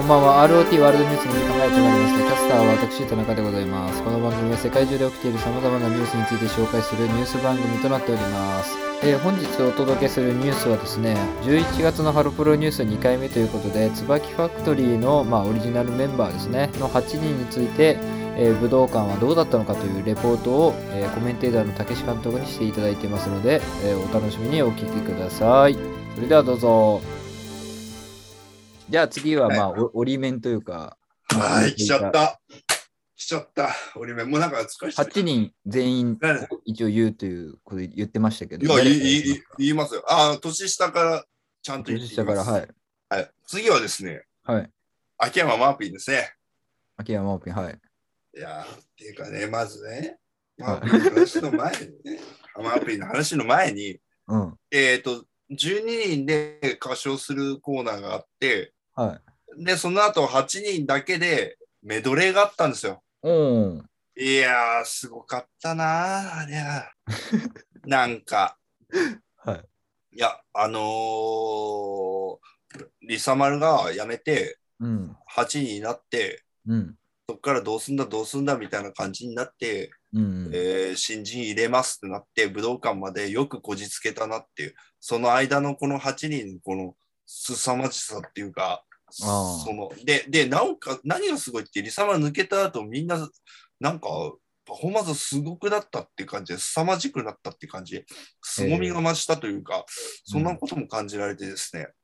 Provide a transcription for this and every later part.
んばんは。 ROT ワールドニュースの時間がやってまいりました。キャスターは私田中でございます。この番組は世界中で起きている様々なニュースについて紹介するニュース番組となっております。本日お届けするニュースはですね、11月のハロプロニュース2回目ということで、椿ファクトリーの、オリジナルメンバーですねの8人について、武道館はどうだったのかというレポートを、コメンテーターのたけし監督にしていただいていますので、お楽しみにお聞きください。それではどうぞ。じゃあ次は折り面というか、 はい、来ちゃった。折り面もうなんか疲れちゃった。 8人全員一応言うということ言ってましたけど。 いや、言いますよ。年下からちゃんと言ってきます。 年下から、はい。 はい。次はですね、 はい。 秋山マーピンですね。 秋山マーピン、はい。 いや、っていうかね、まずね、マーピンの話の前にね、マーピンの話の前に、12人で歌唱するコーナーがあって、 はい。 で、その後8人だけでメドレーがあったんですよ。いやー、すごかったなあれは。なんか、 はい。 いや、リサマルが辞めて、8人になって、そこからどうすんだみたいな感じになって、新人入れますってなって、武道館までよくこじつけたなっていう、その間のこの8人のこの凄まじさっていうか、なんか何がすごいって、リサマル抜けた後、みんな、なんか、パフォーマンスすごくなったっていう感じで、凄まじくなったっていう感じで、凄みが増したというか、そんなことも感じられてですね、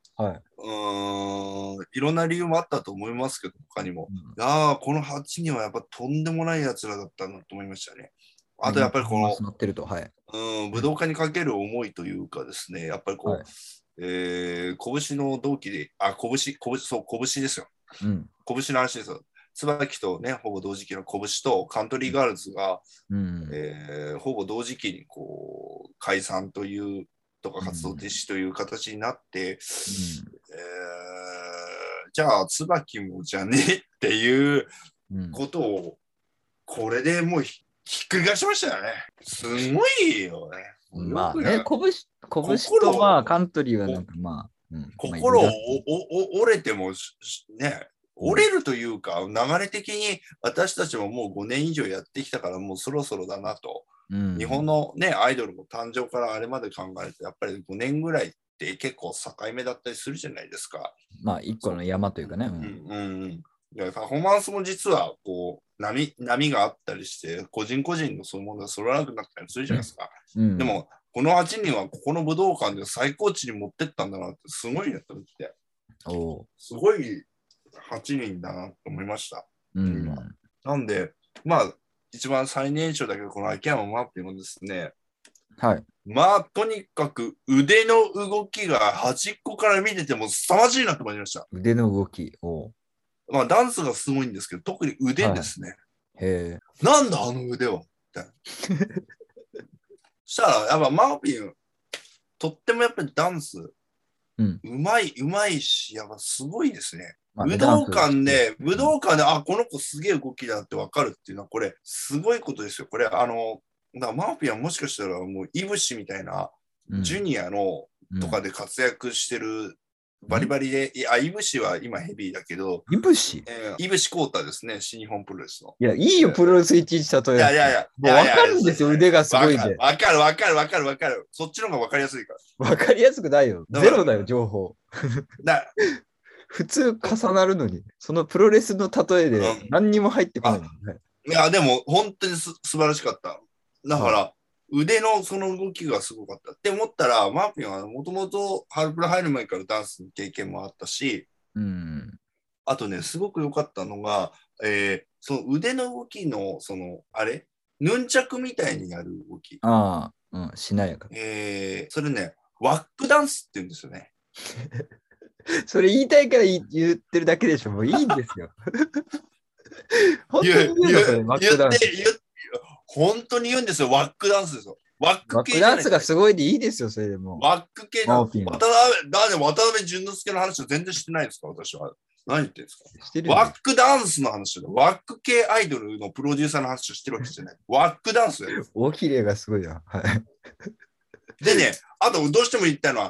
いろんな理由もあったと思いますけど、他にも。この8人はやっぱとんでもない奴らだったなと思いましたね。あとやっぱりこの、武道家にかける思いというかですね、やっぱりこう、拳の同期で、拳ですよ。拳の話ですよ。椿とね、ほぼ同時期の拳とカントリーガールズが、ほぼ同時期にこう解散というとか活動停止という形になって、じゃあ椿もじゃねえっていうことを、これでもうひっくり返しましたよね。すごいよね。 まあね、拳とカントリーはなんか心折れてもね、折れるというか、流れ的に私たちももう5年以上やってきたから、もうそろそろだなと。日本のね、アイドルも誕生からあれまで考えると、やっぱり5年ぐらいって結構境目だったりするじゃないですか。 まあ、一個の山というかね。 パフォーマンスも実はこう波があったりして、個人個人のそういうものが揃わなくなったりするじゃないですか。でも、この8人はここの武道館で最高値に持ってったんだなって、すごいなと思って。すごい8人だなと思いました。なんで、一番最年少だけど、この秋山マーピンもですね、とにかく腕の動きが端っこから見てても凄まじいなと思いました。 腕の動き。 ダンスがすごいんですけど、特に腕ですね。なんだあの腕はそしたら、やっぱマーピン、とってもやっぱりダンス、うまいし、やっぱすごいですね。武道館で、この子すげえ動きだって分かるっていうのは、これ、すごいことですよ。これ、マーピンはもしかしたら、もう、イブシみたいな、ジュニアのとかで活躍してる、バリバリで、イブシは今ヘビーだけど、 イブシコータですね、新日本プロレスの。 いや、いいよ、プロレス1-1例え。 いや、 もう分かるんですよ、腕がすごいんで。 分かる。そっちの方が分かりやすいから。 分かりやすくないよ。ゼロだよ、情報。普通重なるのに、そのプロレスの例えで何にも入ってこない。 いや、でも本当に素晴らしかった。だから、腕のその動きがすごかったって思ったら、マーピンはもともとハルプロ入る前からダンスの経験もあったし、あとね、すごく良かったのが、その腕の動きの、ヌンチャクみたいにやる動き。 しなやか。 それね、ワックダンスって言うんですよね。 それ言いたいから言ってるだけでしょ。もういいんですよ。本当に言うのそれ、ワックダンス。 本当に言うんですよ、ワックダンスですよ。ワックダンスがすごいでいいですよ、それでも。 ワック系の。渡辺淳之介の話は全然してないですか、私は。何言ってるんですか。ワックダンスの話だ。ワック系アイドルのプロデューサーの話をしてるわけじゃない。ワックダンスだよ。 大きれがすごいな。 でね、あとどうしても言いたいのは、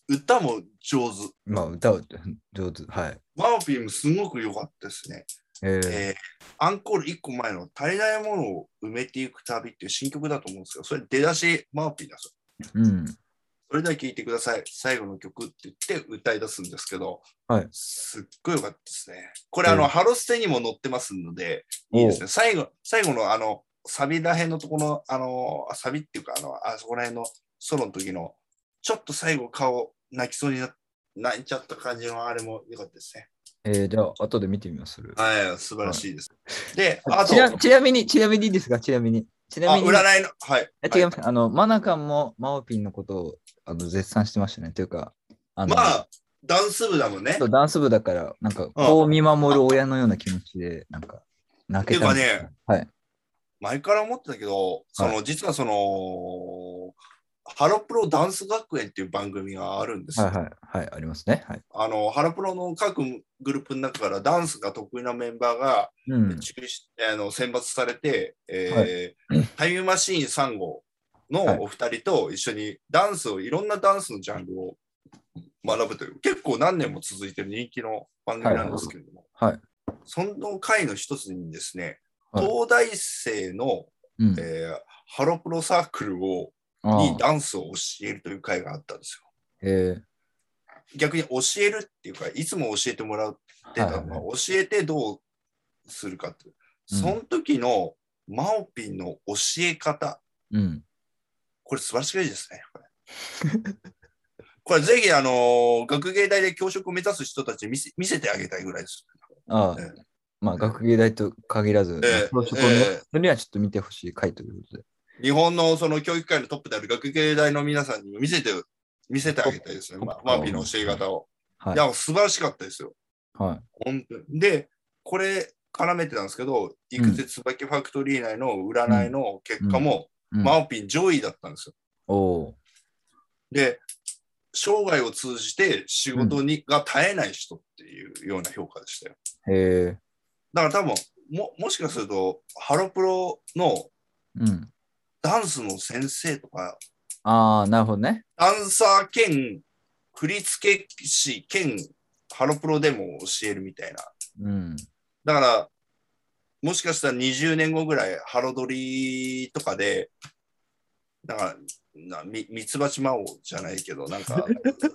歌も上手。 まあ、歌は上手。はい。 マオピーもすごく良かったですね。アンコール1個前の足りないものを埋めていく旅っていう新曲だと思うんですけど、それ出だしマオピーなんですよ。うん。それでは聴いてください。最後の曲って言って歌い出すんですけど、はい、すっごい良かったですね。これハロステにも載ってますので、いいですね。最後のサビらへんのところの、サビっていうかあそこらへんのソロの時の、ちょっと最後顔泣きそうに泣いちゃった感じのあれも良かったですね。 じゃあ、後で見てみます。 はい、素晴らしいです。で、 あとちなみにいいですか、ちなみに。 占いの、はい。 違います。マナカンもマオピンのことを絶賛してましたね。というか、 まあ、ダンス部だもんね。 ダンス部だから、なんか、こう見守る親のような気持ちで、なんか、泣けた。 っていうかね、はい。前から思ってたけど、実はハロプロダンス学園っていう番組があるんですよ。 はい、ありますね。はい。 ハロプロの各グループの中からダンスが得意なメンバーが、選抜されて、タイムマシーン3号のお二人と一緒にいろんなダンスのジャンルを学ぶという、結構何年も続いてる人気の番組なんですけれども、その回の一つにですね、東大生の、ハロプロサークルにダンスを教えるという会があったんですよ。逆に教えるっていうか、いつも教えてもらってたのは、教えてどうするかって。その時のマオピンの教え方、これ素晴らしいですね。これぜひ学芸大で教職を目指す人たちに見せてあげたいぐらいです。 まあ、学芸大と限らず、教職を目指す人にはちょっと見てほしい回ということで。 日本のその教育界のトップである学芸大の皆さんにも見せてあげたいですね。マオピンの教え方を。いや、素晴らしかったですよ。本当に。で、これ絡めてたんですけど、いくつ椿ファクトリー内の占いの結果も、マオピン上位だったんですよ。で、生涯を通じて仕事が絶えない人っていうような評価でしたよ。だから多分もしかすると、ハロプロのダンスの先生とか、 なるほどね。 ダンサー兼振付師兼ハロプロでも教えるみたいな。だから、もしかしたら20年後ぐらいハロドリとかで、なんか、ミツバチ魔王じゃないけど、なんか、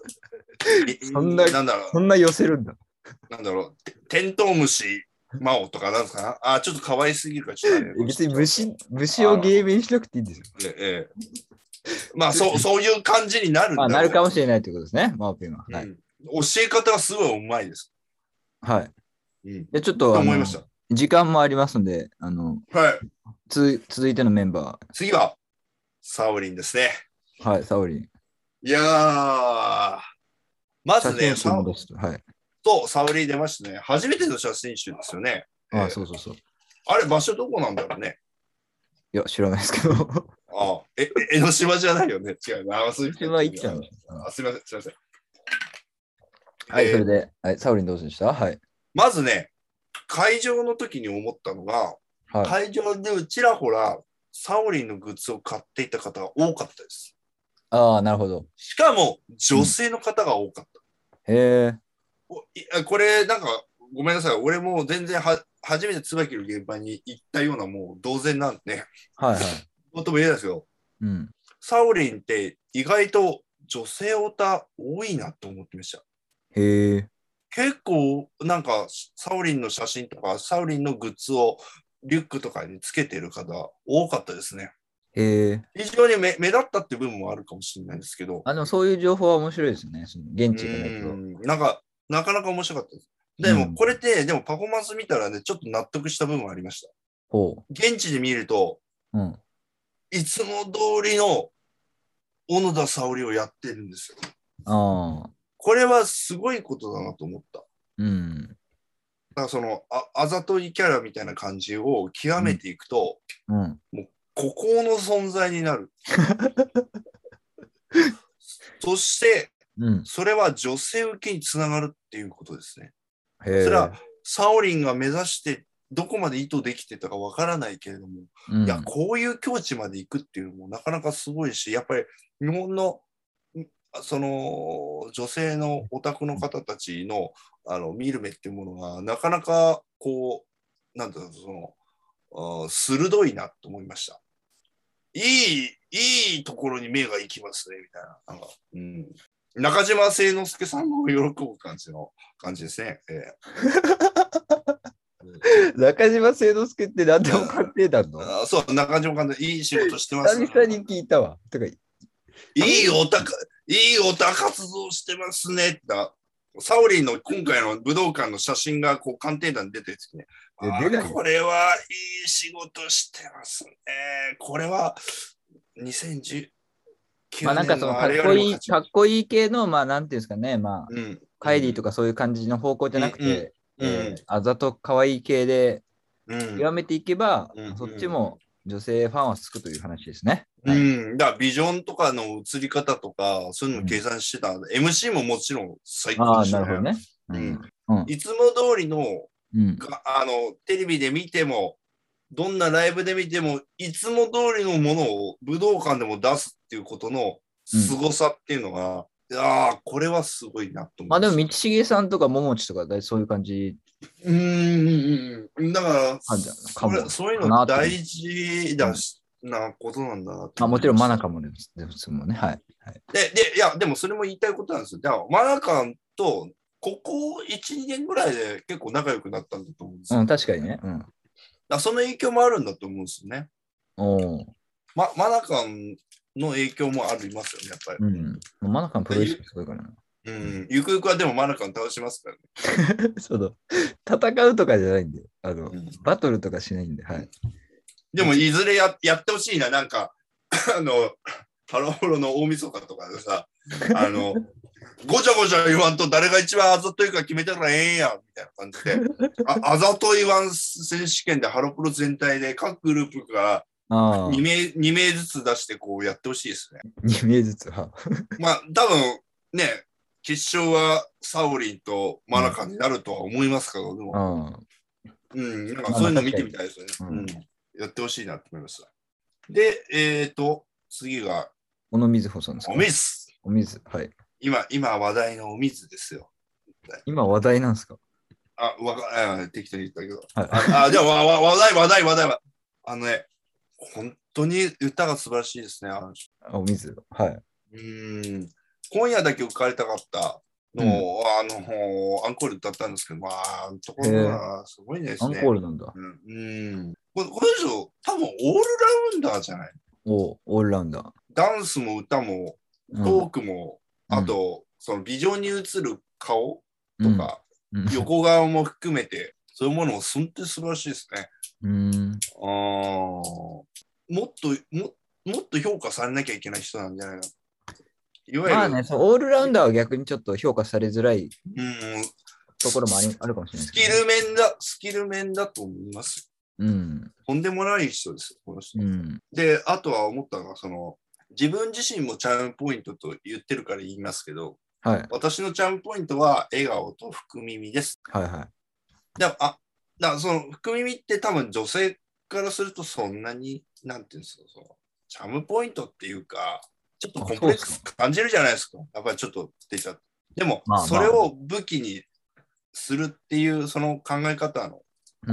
そんな寄せるんだ。 なんだろう、テントウムシ魔王とかなんですかな。ちょっと可愛すぎるからちょっと、 ね、別に虫を芸名にしなくていいんですよ。 まあそういう感じになるんだろう。 なるかもしれないということですね、マオピンは。 教え方がすごいうまいです。 はい。でちょっと思いました。 時間もありますので、続いてのメンバー。 次は、サオリンですね。 はい、サオリン。 いやー、まずね、サオリン出ましたね。初めての写真集ですよね。 そうそうそう。 あれ、場所どこなんだろうね。 いや、知らないですけど。 江ノ島じゃないよね。違うな。 江ノ島行っちゃう。 すみません。 はい、それで、サオリンどうでした？はい。 まずね、会場の時に思ったのが、会場でちらほらサオリンのグッズを買っていた方が多かったです。 なるほど。 しかも女性の方が多かった。 へえ。これなんかごめんなさい。俺も全然初めて椿の現場に行ったようなもう同然なんで。本当も言えないですよ。サオリンって意外と女性オタ多いなと思ってました。 へえ。 結構なんかサオリンの写真とかサオリンのグッズをリュックとかにつけてる方多かったですね。非常に目立ったって部分もあるかもしれないですけど。 そういう情報は面白いですね。現地がなかなか面白かったです。でもこれってでもパフォーマンス見たらねちょっと納得した部分はありました。現地で見ると、いつも通りの小野田沙織をやってるんですよ。これはすごいことだなと思った。だからあざといキャラみたいな感じを極めていくと、もう孤高の存在になる。そして、それは女性受けにつながるっていうことですね。それはサオリンが目指してどこまで意図できてたかわからないけれども、いやこういう境地まで行くっていうのもなかなかすごいし、やっぱり日本のその女性のオタクの方たちの見る目っていうものがなかなかこうなんていうのその鋭いなと思いました。いいところに目が行きますねみたいな。なんか中島誠之助さんの喜ぶ感じですね。 中島誠之助って何でも鑑定団の？ そう、中島監督いい仕事してます。 久々に聞いたわ。いいオタ活動してますねって。サオリンの今回の武道館の写真がこう鑑定団に出てるんですね。これはいい仕事してますね。これは2010 まあなんかそのかっこいい系の、まあなんていうんですかね、まあ、カイリーとかそういう感じの方向じゃなくて、あざと可愛い系で極めていけば、そっちも女性ファンはつくという話ですね。 だからビジョンとかの映り方とか、そういうの計算してたので、MC ももちろん最高でしたね。 なるほどね。 いつも通りの、テレビで見ても、どんなライブで見ても、いつも通りのものを武道館でも出すっていうことの凄さっていうのが、これはすごいなと思います。 でも、道重さんとか桃地とかそういう感じ。 だから、そういうの大事なことなんだなもちろんマナカもですもんね。はい。 でもそれも言いたいことなんですよ。だからマナカとここ1、2年ぐらいで結構仲良くなったんだと思うんですよ。 確かにね。 その影響もあるんだと思うんですよね。マナカンの影響もありますよね、やっぱり。 マナカンプロ意識すごいからな。 ゆくゆくはでもマナカン倒しますからね。 戦うとかじゃないんで、バトルとかしないんで、はい。 でも、いずれやってほしいな、なんか、ハローロの大晦日とかでさ、ごちゃごちゃ言わんと誰が一番あざといか決めたらええんや、みたいな感じで、あざといワン選手権でハロプロ全体で各グループが2名ずつ出してこうやってほしいですね。 2名ずつ多分ね、決勝はサオリンとマナカンになるとは思いますけど、でも、なんかそういうの見てみたいですよね。やってほしいなと思います。で、次が、 小野瑞穂さんですか？お水。はい。 今話題のお水ですよ。 今話題なんですか？ 適当に言ったけど。じゃあ話題は。本当に歌が素晴らしいですね。 お水。はい。 今夜だけ歌われたかったのを、アンコール歌ったんですけど、ところがすごいですね。 アンコールなんだ。 この人、多分オールラウンダーじゃない？ オールラウンダー。 ダンスも歌もトークも、あと、そのビジョンに映る顔とか、横顔も含めて、そういうものも本当に素晴らしいですね。もっと評価されなきゃいけない人なんじゃないの？いわゆるオールラウンダーは逆にちょっと評価されづらいところもあるかもしれないです。スキル面だと思います。とんでもない人ですよ、この人。で、あとは思ったのが、自分自身もチャームポイントと言ってるから言いますけど、私のチャームポイントは笑顔と福耳です。その福耳って多分女性からするとそんなに、なんていうんですか、チャームポイントっていうか、ちょっとコンプレックス感じるじゃないですか。やっぱりちょっと出ちゃって。でも、それを武器にするっていう、その考え方の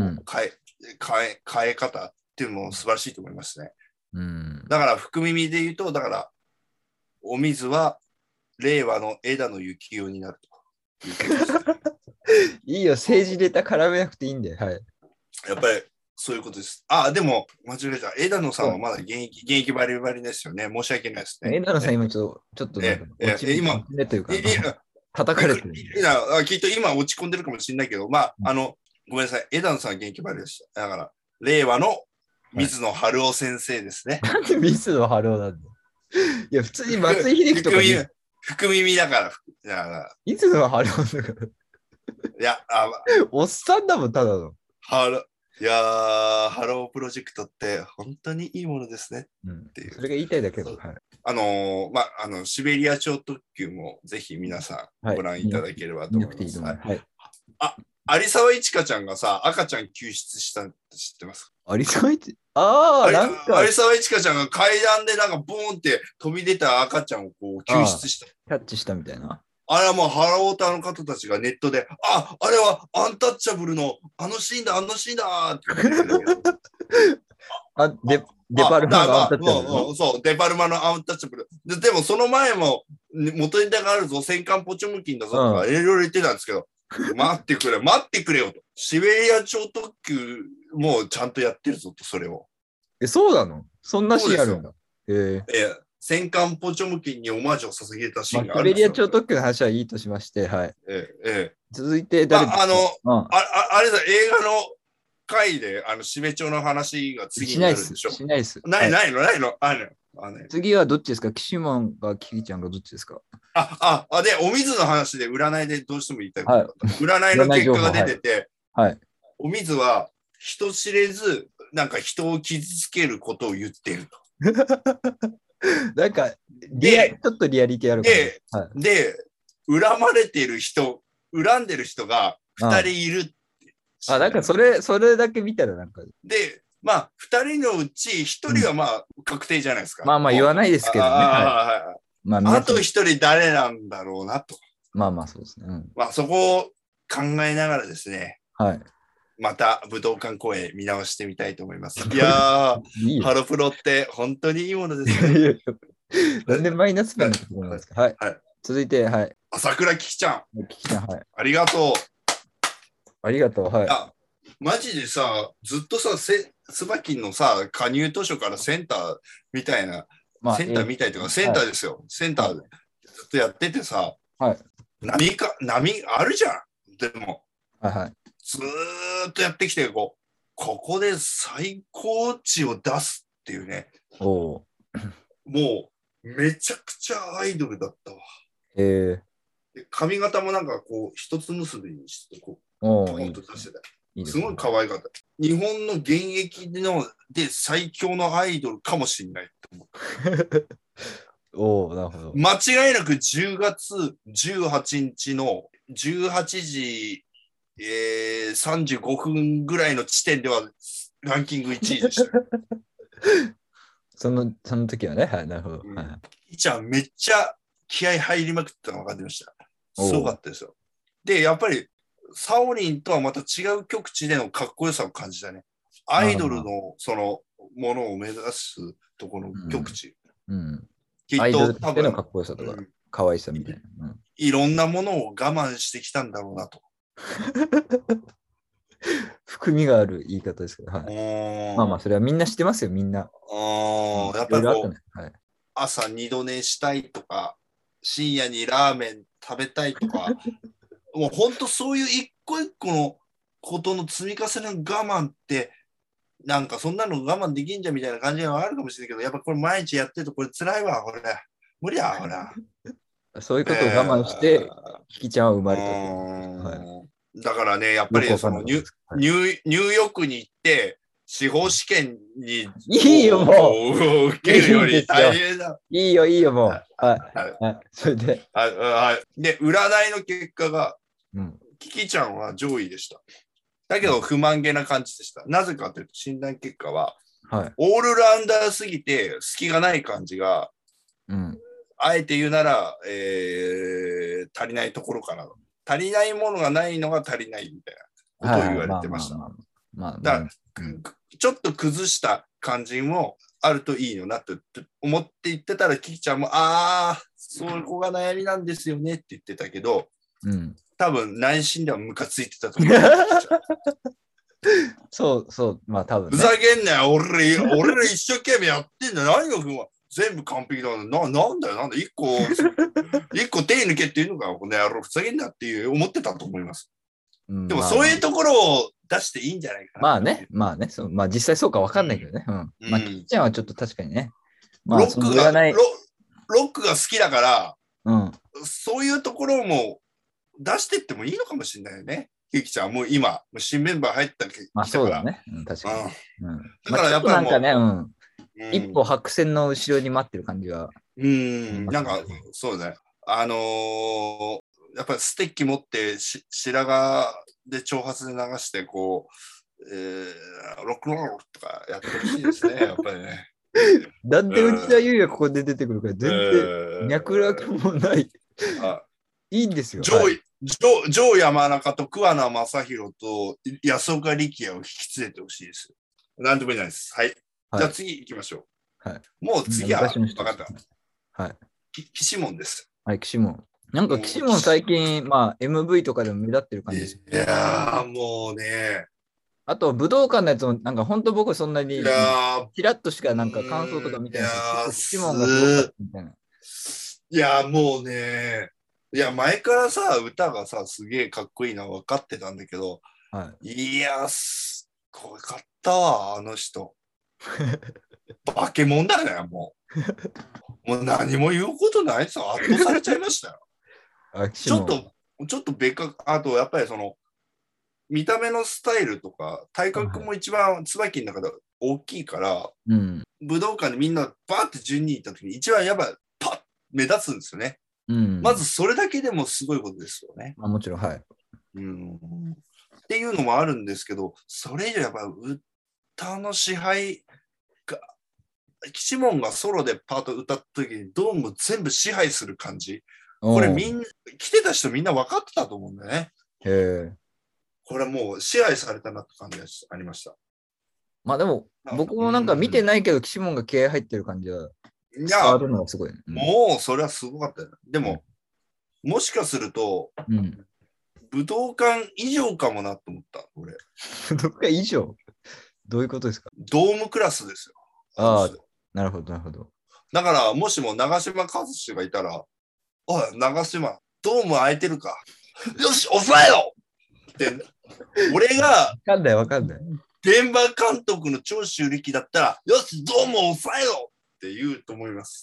変え方っていうのも素晴らしいと思いますね。だから、福耳で言うと、だから、お水は令和の枝野幸男になるということですね。 いいよ、政治ネタ絡めなくていいんで、はい。 やっぱりそういうことです。でも、間違えた。枝野さんはまだ現役バリバリですよね。申し訳ないですね。 枝野さん、今ちょっと今、 というか、叩かれてる。 きっと今落ち込んでるかもしれないけど、ごめんなさい。枝野さんは現役バリでした。だから、令和の水野晴夫先生ですね。 なんで水野晴夫なんだ？いや、普通に松井秀喜とか福耳だから。 水野晴夫だから。 いや、 おっさんだもん、ただの。 ハロープロジェクトって本当にいいものですね。っていう。 それが言いたいだけど。 シベリア超特急もぜひ皆さんご覧いただければと思います。 有沢いちかちゃんがさ、赤ちゃん救出したって知ってますか？ 有沢いち、なんか。 有沢いちかちゃんが階段でなんかボーンって飛び出た赤ちゃんをこう救出した。キャッチしたみたいな。 あれはもうハロータの方たちがネットで、あれはアンタッチャブルのあのシーンだって言ってる。デパルマのアンタッチャブル。 そう、デパルマのアンタッチャブル。でもその前も元ネタがあるぞ、戦艦ポチョムキンだぞとかいろいろ言ってたんですけど、待ってくれよと。シベリア超特急もちゃんとやってるぞと、それを。 そうなの？そんなシーンあるんだ。 戦艦ポチョムキンにオマージュを捧げたシーンがあるんですよ。シベリア超特急の話はいいとしまして、はい。続いて誰ですか？ あれだ、映画の回で、シベチョの話が次になるでしょ。 しないっす。 ないの。 次はどっちですか？キシモンがキキちゃんがどっちですか？ で、お水の話で占いでどうしても言いたいことだった。占いの結果が出てて、お水は人知れず、なんか人を傷つけることを言ってると。 なんか、ちょっとリアリティあるかも。で、恨まれてる人、恨んでる人が2人いるって。 なんかそれだけ見たらなんか。 で、2人のうち1人は確定じゃないですか。 言わないですけどね。あと1人誰なんだろうなと。 そうですね。 そこを考えながらですね。 はい。 また武道館公演見直してみたいと思います。いやー、ハロプロって本当にいいものですね。 なんでマイナスなんですか？はい。続いて、はい。 朝倉キキちゃん。 キキちゃん、はい。 ありがとう。 ありがとう、はい。 マジでさ、ずっとさ、椿のさ、加入図書からセンターみたいな、センターみたいというか、センターですよ。センターでずっとやっててさ、波あるじゃん。でも、ずーっとやってきて、ここで最高値を出すっていうね。もう、めちゃくちゃアイドルだったわ。髪型もなんかこう、一つ結びにして、ポンと出してた。すごい可愛かった。日本の現役で最強のアイドルかもしれないって思った。なるほど。 間違いなく10月18日の18時、35分ぐらいの地点ではランキング1位でした。 その時はね、はい、なるほど。 キキちゃんめっちゃ気合入りまくったのが分かってました。すごかったですよ。で、やっぱりサオリンとはまた違う極地でのかっこよさを感じたね。アイドルのそのものを目指すところの極地。 きっと多分のかっこよさとか、可愛さみたいな。 いろんなものを我慢してきたんだろうなと。 含みがある言い方ですけど、はい。それはみんな知ってますよ、みんな。 やっぱりこう、朝二度寝したいとか、深夜にラーメン食べたいとか、もう本当そういう一個一個のことの積み重ねの我慢って、なんかそんなの我慢できんじゃんみたいな感じはあるかもしれないけど、やっぱこれ毎日やってるとこれ辛いわ、これ。無理だ、ほら。 そういうことを我慢して、キキちゃんは生まれた。だからね、やっぱりそのニューヨークに行って、司法試験にいいよ、もう受けるより大変だ。 いいよ、もう。それで。 で、占いの結果が、キキちゃんは上位でした。だけど不満げな感じでした。なぜかというと、診断結果は、オールラウンダーすぎて隙がない感じが、あえて言うなら、足りないところかな。足りないものがないのが足りないみたいなことを言われてました。だからちょっと崩した感じもあるといいよなと思って言ってたら、キキちゃんも、そこが悩みなんですよねって言ってたけど、多分内心ではムカついてたと思う。 そう、多分、 ふざけんなよ、俺ら一生懸命やってんだよ。何が君は全部完璧だ。なんだよ、一個手抜けっていうのか、この野郎、ふざけんなって思ってたと思います。でもそういうところを出していいんじゃないかな。 実際そうか分かんないけどね。キキちゃんはちょっと確かにね。 ロックが好きだから、そういうところも出していってもいいのかもしれないよね。キキちゃんもう今、新メンバー入ったきたから。 そうだね。確かに。 だからやっぱりなんかね、一歩白線の後ろに待ってる感じは。 なんか、そうだね。 やっぱりステッキ持って白髪で長髪で流してこう、ロックンロールとかやってほしいですね、やっぱりね。 だって内田裕也ここで出てくるから全然脈絡もない。いいんですよ。 ジョー山中と桑名正宏と安岡力也を引き連れてほしいです。なんでもいないです。はい。じゃあ次行きましょう。はい、 もう次は分かった。 はい。 岸門です。 はい、岸門。なんか岸門最近、まあ MV とかでも目立ってる感じです。 いやーもうね。 あと武道館のやつもなんか本当僕そんなにちらっとしかなんか感想とか見てないけど、岸門がすごかったみたいな。 いやもうね。いや前からさ歌がさすげえかっこいいのは分かってたんだけど、 はい、 いやこれかったわあの人。化け物だねもう。もう何も言うことないですよ。圧倒されちゃいましたよ。ちょっと別格、あとやっぱりその見た目のスタイルとか体格も一番椿の中で大きいから、 うん、 武道館でみんなバーって順に行った時に一番やっぱパッ目立つんですよね。 うん、 まずそれだけでもすごいことですよね。 もちろん、はい。 っていうのもあるんですけど、それ以上やっぱ歌の支配が、岸門がソロでパート歌った時にどうも全部支配する感じ。これ来てた人みんな分かってたと思うんだよね。これもう支配されたなって感じがありました。 まあでも、僕もなんか見てないけど、岸門が気合入ってる感じは。 いや、 すごい、 もうそれはすごかったよ。でも、もしかすると、武道館以上かもなと思った、俺。 武道館以上どういうことですか？ ドームクラスですよ。 ああ、なるほど、なるほど。 だから、もしも長嶋一茂がいたら、おい、長嶋、ドーム空いてるか。よし、抑えろって、俺が、 わかんない。 現場監督の長州力だったら、よし、ドームを抑えろって言うと思います。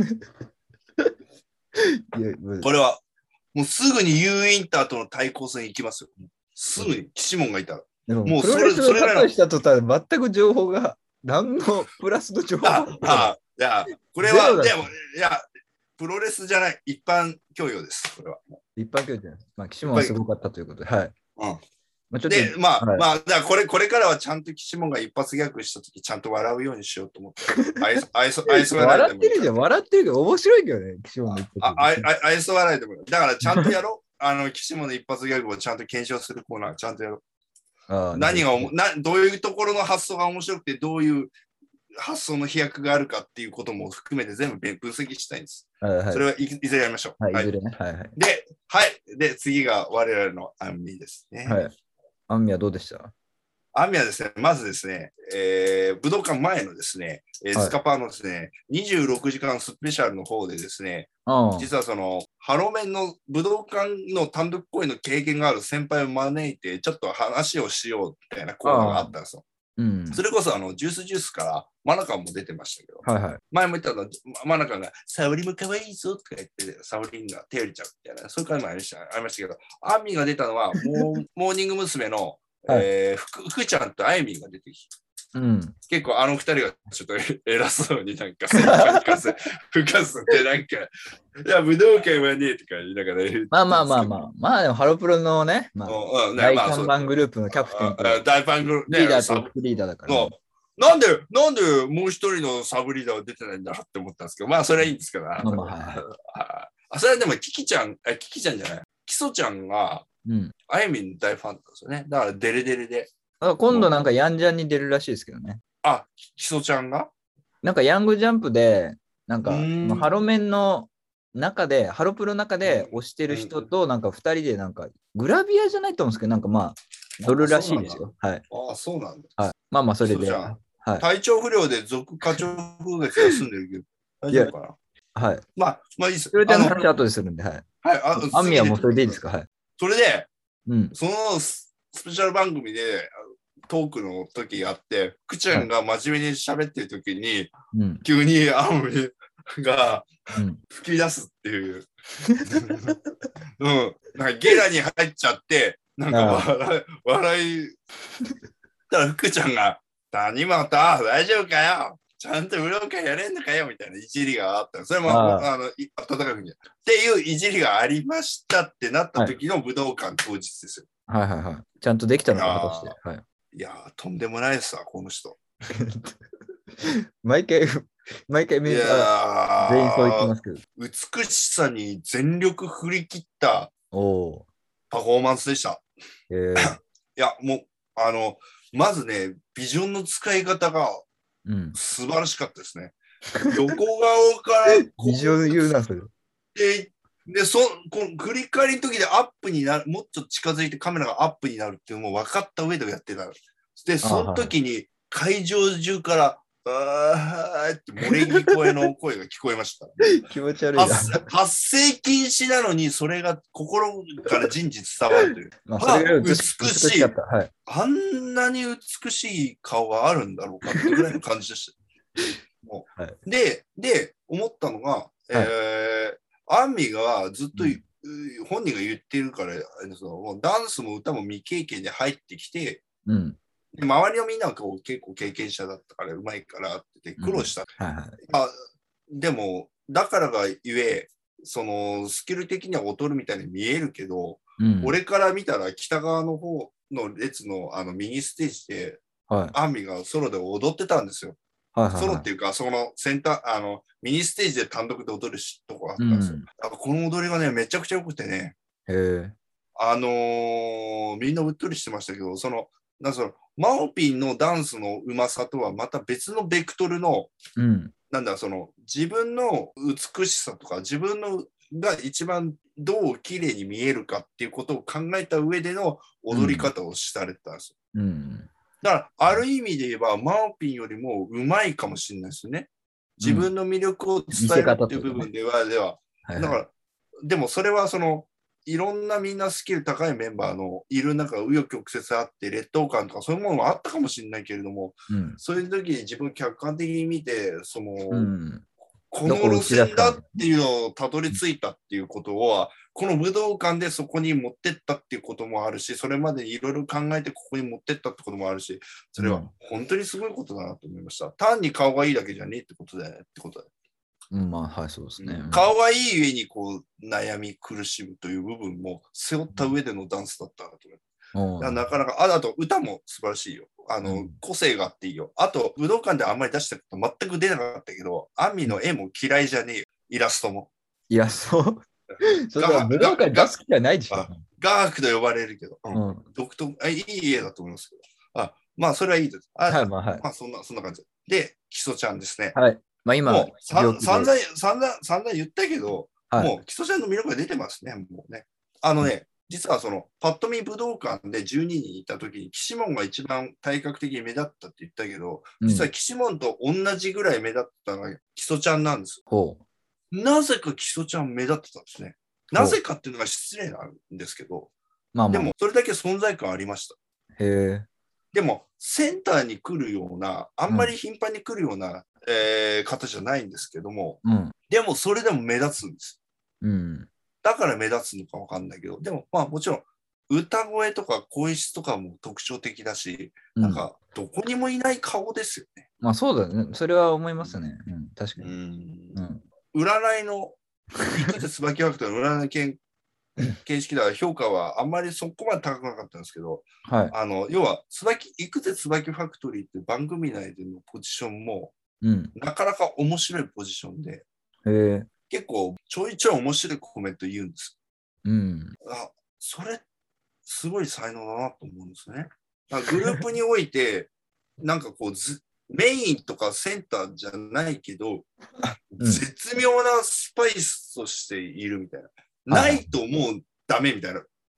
これは、もうすぐに U インターとの対抗戦行きますよ。すぐに岸門がいたら。 もうそれが例えしたとたら全く情報が何のプラスの情報いや、これは、でも、いや、プロレスじゃない、一般教養です、これは。 一般教養じゃない。まあ、岸門はすごかったということで、はい。 で、まあ、だからこれからはちゃんと岸門が一発ギャグしたとき、ちゃんと笑うようにしようと思って。愛想笑ってるじゃん、笑ってるけど、面白いけどね、岸門の一発。 愛想笑いでも。だからちゃんとやろう。岸門の一発ギャグをちゃんと検証するコーナー、ちゃんとやろう。どういうところの発想が面白くて、どういう発想の飛躍があるかっていうことも含めて全部分析したいんです。それはいずれやりましょう。 いずれね。 で、次が我々のアンミですね。 アンミはどうでした？ アンミはですね、まずですね、武道館前のですね、スカパーのですね、26時間スペシャルの方でですね、実はその、ハロメンの武道館の単独公演の経験がある先輩を招いて、ちょっと話をしようみたいなコーナーがあったんですよ。それこそジュースからマナカンも出てましたけど、前も言ったのマナカンがサウリも可愛いぞとか言ってサウリンが手入れちゃうみたいな、そういう回もありましたけど、アンミが出たのはモーニング娘。の福ちゃんとあゆみが出てきて、結構あの二人がちょっと偉そうになんか吹かすってなんか、いや武道館はねとか言いながらまあでもハロプロのね、大看板グループのキャプテン大ファングループリーダーとリーダーだから、 なんでもう一人のサブリーダーは出てないんだって思ったんですけど、まあそれはいいんですけど、それはでもキキちゃんじゃない、キソちゃんがあゆみんの大ファンなんですよね。だからデレデレで。 今度なんかヤンジャンに出るらしいですけどね。 キソちゃんがなんかヤングジャンプで、なんかハロメンの中で、ハロプロの中で推してる人となんか2人でなんかグラビアじゃないと思うんですけど、なんかまあ乗るらしいですよ。 そうなんだ。 まあそれで。 体調不良で続課長風月休んでるけど、大丈夫かな。まあいいです。 それで話後でするんで、アンミはもうそれでいいですか？ それで、そのスペシャル番組でトークの時があって、福ちゃんが真面目に喋ってる時に、急にアンミが吹き出すっていう。なんかゲラに入っちゃって、なんか笑い。たら福ちゃんが、谷本、大丈夫かよ。 ちゃんと武道館やれんのかよみたいないじりがあった。それも温かくにっていういじりがありましたってなった時の武道館当日ですよ。 はいはいはい。ちゃんとできたのか果たして。はい、 いやー、とんでもないですわ、この人。 毎回メンバー全員そう言ってますけど。 美しさに全力振り切ったパフォーマンスでした。いや、もう、まずね、ビジョンの使い方が素晴らしかったですね。横顔からビジョン言うな、それ。 で、この振り返りの時でアップになる、もっと近づいてカメラがアップになるっていうのも分かった上でやってた。で、その時に会場中から、あーって漏れ聞こえの声が聞こえました。 気持ち悪いな。 発声禁止なのに、それが心から人事伝わるという。美しい、はい。あんなに美しい顔があるんだろうかってぐらいの感じでした。もうはい、で、思ったのが、アンミがずっと、本人が言ってるから、もうダンスも歌も未経験で入ってきて、で周りのみんなは結構経験者だったからうまいからって苦労した。でも、だからがゆえ、そのスキル的には劣るみたいに見えるけど、俺から見たら北側の方の列の右ステージで、アンミがソロで踊ってたんですよ。ソロっていうか、そのセンター、ミニステージで単独で踊るとこがあったんですよ。この踊りがね、めちゃくちゃ良くてね、みんなうっとりしてましたけど、マオピンのダンスのうまさとはまた別のベクトルの、自分の美しさとか、自分のが一番どう綺麗に見えるかっていうことを考えた上での踊り方をされてたんですよ。だから、ある意味で言えば、マオピンよりもうまいかもしれないですよね。自分の魅力を伝えるっていう部分では、だから、でもそれはいろんなみんなスキル高いメンバーのいる中、紆余曲折あって、劣等感とかそういうものもあったかもしれないけれども、そういう時に自分を客観的に見て、この路線だっていうのをたどり着いたっていうことは、この武道館でそこに持ってったっていうこともあるし、それまでいろいろ考えてここに持ってったってこともあるし、それは本当にすごいことだなと思いました。単に顔がいいだけじゃねえってことだよねってことだよ。 はい、そうですね。 顔がいい上に悩み苦しむという部分も背負った上でのダンスだったなと思う。なかなか、あと歌も素晴らしいよ。個性があっていいよ。あと、武道館であんまり出したこと全く出なかったけど、アンミの絵も嫌いじゃねえよ。イラストも。 イラストそれは武道館出す気はないでしょ。 ガークと呼ばれるけど、独特、いい絵だと思いますけど。まあ、それはいいです。まあ、そんな感じ。で、基礎ちゃんですね。 はい。まあ今、 もう散々言ったけど、もう基礎ちゃんの魅力が出てますね、もうね。実はパッと見武道館で12人いたときに、岸門が一番体格的に目立ったって言ったけど、実は岸門と同じぐらい目立ったのが基礎ちゃんなんです。なぜか基礎ちゃん目立ってたんですね。なぜかっていうのが失礼なんですけど、でもそれだけ存在感ありました。でも、センターに来るような、あんまり頻繁に来るような、方じゃないんですけども、でもそれでも目立つんです。だから目立つのかわかんないけど、でもまあもちろん歌声とか声質とかも特徴的だし、なんかどこにもいない顔ですよね。 まあそうだね。それは思いますね。確かに。 占いの、いくつ椿ファクトリーの占い形式では評価はあんまりそこまで高くなかったんですけど、要はいくつ椿ファクトリーって番組内でのポジションも、なかなか面白いポジションで、結構ちょいちょい面白いコメント言うんです。それすごい才能だなと思うんですね。グループにおいてなんかメインとかセンターじゃないけど、絶妙なスパイスとしているみたいな。ないともうダメみたいな。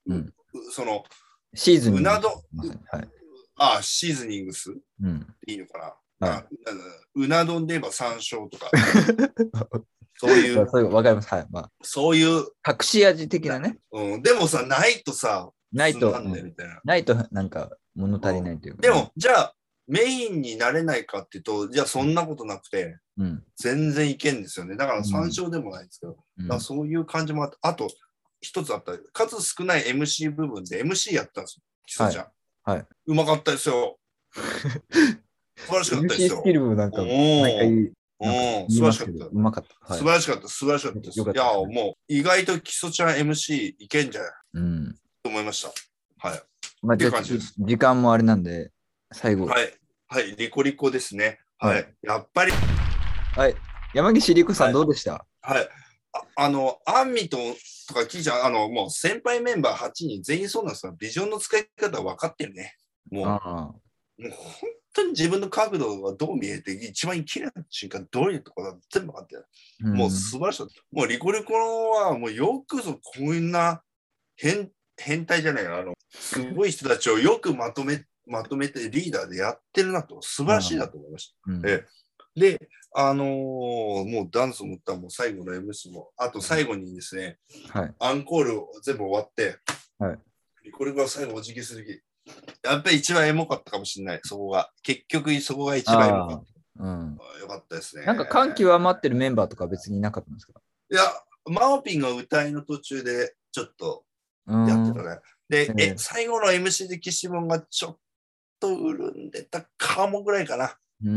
シーズニングス。シーズニングス、いいのかな。うな丼で言えば山椒とか。そういう。 わかります。 そういう。 隠し味的なね。 でもさ、ないとさ、 ないとなんか物足りないというか。 でも、じゃあ、メインになれないかっていうと、じゃあそんなことなくて、全然いけんですよね。だから参照でもないんですけど、だからそういう感じもあって、あと一つあった、数少ない MC 部分で MC やったんですよ、基礎ちゃん。うまかったですよ。 素晴らしかったですよ。 MC スキルもなんか、毎回、 素晴らしかった。 うまかった。 素晴らしかった。素晴らしかったです。いや、もう、意外と基礎ちゃん MC いけんじゃないと思いました。はい。 まあ、じゃあ、時間もあれなんで、最後。 はい。はい。リコリコですね。はい。やっぱり。 はい。山岸リコさん、どうでした？ はい。アンミとか聞いちゃう、もう先輩メンバー8人全員そうなんですよ。ビジョンの使い方分かってるね。もう本当に自分の角度がどう見えて、一番綺麗な瞬間、どういうところだ全部分かってる。もう素晴らしい。もうリコリコは、もうよくぞこんな変態じゃないすごい人たちをよくまとめてリーダーでやってるなと、素晴らしいなと思いました。で、もうダンスも歌も最後の MC も、あと最後にですね、アンコールを全部終わって、リコリコが最後お辞儀する時、やっぱり一番エモかったかもしれない、そこが。結局そこが一番エモかった。よかったですね。 なんか感極まってるメンバーとか別にいなかったんですか？ いや、マオピンが歌いの途中でちょっとやってたね。で、最後の MC で岸本がちょっと潤んでたかもぐらいかな。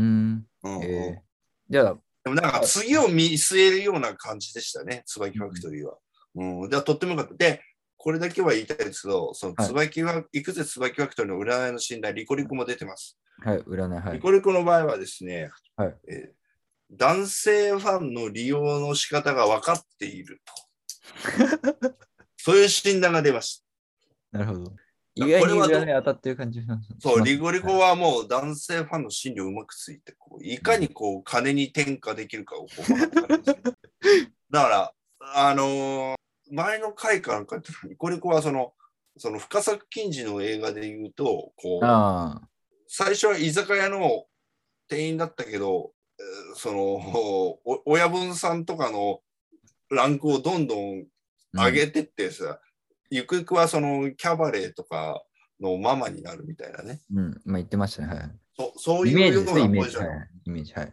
じゃあ、 でもなんか次を見据えるような感じでしたね、椿ファクトリーは。でとってもよかった。で、これだけは言いたいですけど、そのいくつ椿ファクトリーの占いの信頼、リコリコも出てます。 はい、占い。 リコリコの場合はですね、男性ファンの利用の仕方が分かっていると。そういう診断が出ました。 なるほど。意外に占い当たってる感じなんです。 そう、リコリコはもう男性ファンの心理をうまくついて、いかに金に転嫁できるかを分かってるんですよ。だから、前の回からかってリコリコはその深作金次の映画で言うと、最初は居酒屋の店員だったけど、親分さんとかのランクをどんどん上げてってさ、ゆくゆくはそのキャバレーとかのママになるみたいなね。 まあ言ってましたね。 そういうようなポジション。 イメージ。だから、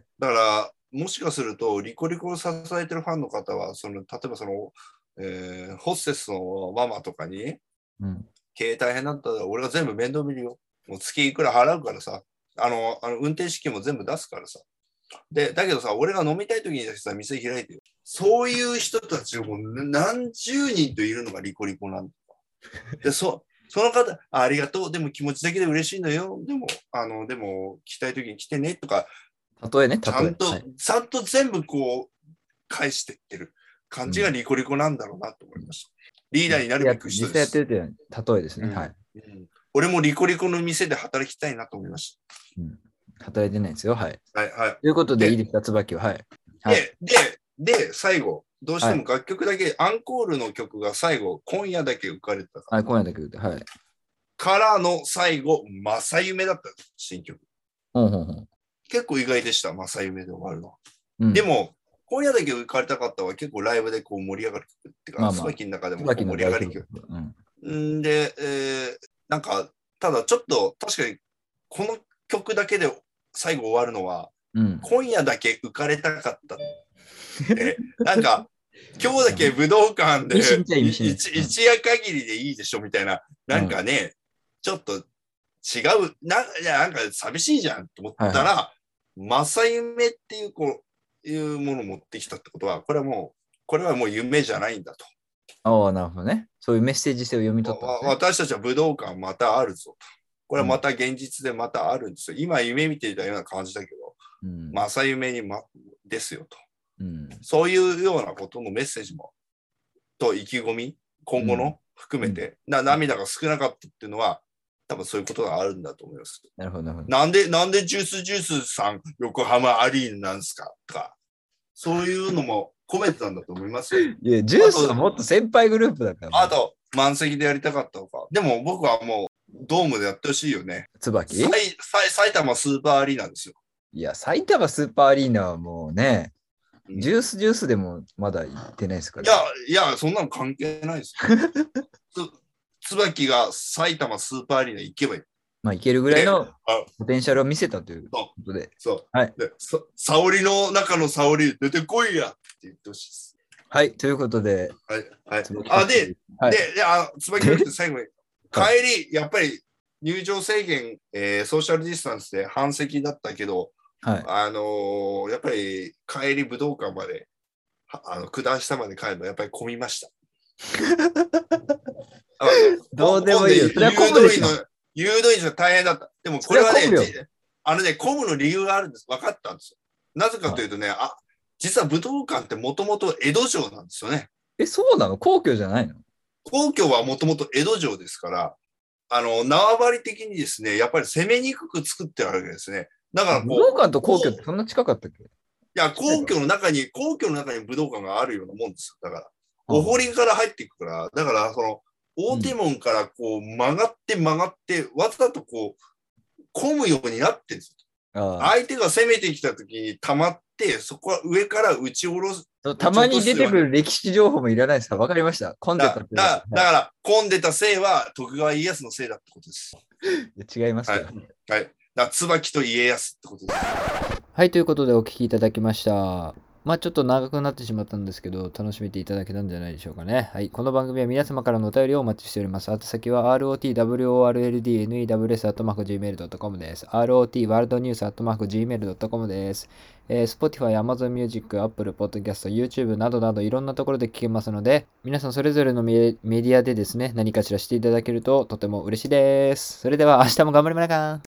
もしかすると、リコリコを支えてるファンの方は、例えばホステスのママとかに、経営大変だったら俺が全部面倒見るよ。もう月いくら払うからさ、運転資金も全部出すからさ。だけどさ、俺が飲みたい時にさ、店開いてよ。そういう人たちも何十人といるのがリコリコなんだ。で、その方、ありがとう。でも気持ちだけで嬉しいのよ。でも来たい時に来てねとか、 例えね、 ちゃんと全部返してってる感じがリコリコなんだろうなと思いました。リーダーになるべく人です。 実際やってるって例えですね。 俺もリコリコの店で働きたいなと思いました。 働いてないですよ。はい。 はい。 ということでいいですか、椿は。 で、最後、どうしても楽曲だけ、アンコールの曲が最後、今夜だけ浮かれてたから。 今夜だけ浮かれて、 からの最後、正夢だった、新曲。結構意外でした、正夢で終わるの。でも、今夜だけ浮かれたかったは結構ライブで盛り上がる曲っていうか、椿の中でも盛り上がる曲。で、なんか、ただちょっと確かにこの曲だけで最後終わるのは、今夜だけ浮かれたかったなんか今日だけ武道館で一夜限りでいいでしょみたいな、なんかね、ちょっと違うなんか寂しいじゃんと思ったら、正夢っていうものを持ってきたってことは、これはもう夢じゃないんだと。 なるほどね。そういうメッセージ性を読み取った、 私たちは武道館またあるぞと。これはまた現実でまたあるんですよ。今夢見ていたような感じだけど、正夢に、ですよと、そういうようなことのメッセージもと意気込み、今後の含めて、涙が少なかったっていうのは多分そういうことがあるんだと思います。 なるほど。 なんでジュースさん横浜アリーナなんですかとか、そういうのも込めてたんだと思いますよ。 いや、ジュースはもっと先輩グループだから。 あと満席でやりたかったのか。でも僕はもうドームでやってほしいよね。 椿？ 埼玉スーパーアリーナですよ。いや、埼玉スーパーアリーナはもうね、ジュースでもまだ行ってないですから。 いや、そんなの関係ないですよ。椿が埼玉スーパーアリーナ行けばいい。 行けるぐらいのポテンシャルを見せたということで。 沙織の中の沙織出てこいやって言ってほしいです。 はい、ということで。 椿って最後に、帰り、やっぱり入場制限、ソーシャルディスタンスで半席だったけど、はい、やっぱり帰り武道館まで、九段下まで帰るのやっぱり混みました。 どうでもいいよ。それは混むでしょ。 誘導員が大変だった。でもこれはね、混むの理由があるんです。分かったんですよ。なぜかというとね、実は武道館ってもともと江戸城なんですよね。 そうなの？皇居じゃないの？ 皇居はもともと江戸城ですから、縄張り的にですね、やっぱり攻めにくく作ってあるわけですね。だから武道館と皇居ってそんな近かったっけ？いや、皇居の中に武道館があるようなもんですよ。だから、お堀から入っていくから、だから、大手門からこう曲がって、わざとこう、混むようになってるんですよ。相手が攻めてきたときに溜まって、そこは上から打ち下ろす。 たまに出てくる歴史情報もいらないですか？わかりました。混んでたって。 だから、混んでたせいは徳川家康のせいだってことです。 違いますか？はい。 椿と家康ってことです。 はい、ということでお聞きいただきました。ちょっと長くなってしまったんですけど、楽しめていただけたんじゃないでしょうかね。はい、この番組は皆様からのお便りをお待ちしております。宛先は rotworldnews@gmail.com です。rotworldnews@gmail.com です。Spotify、Amazon Music、Apple Podcast、YouTube などなどいろんなところで聞けますので、皆さんそれぞれのメディアでですね、何かしらしていただけるととても嬉しいです。それでは明日も頑張りましょうか。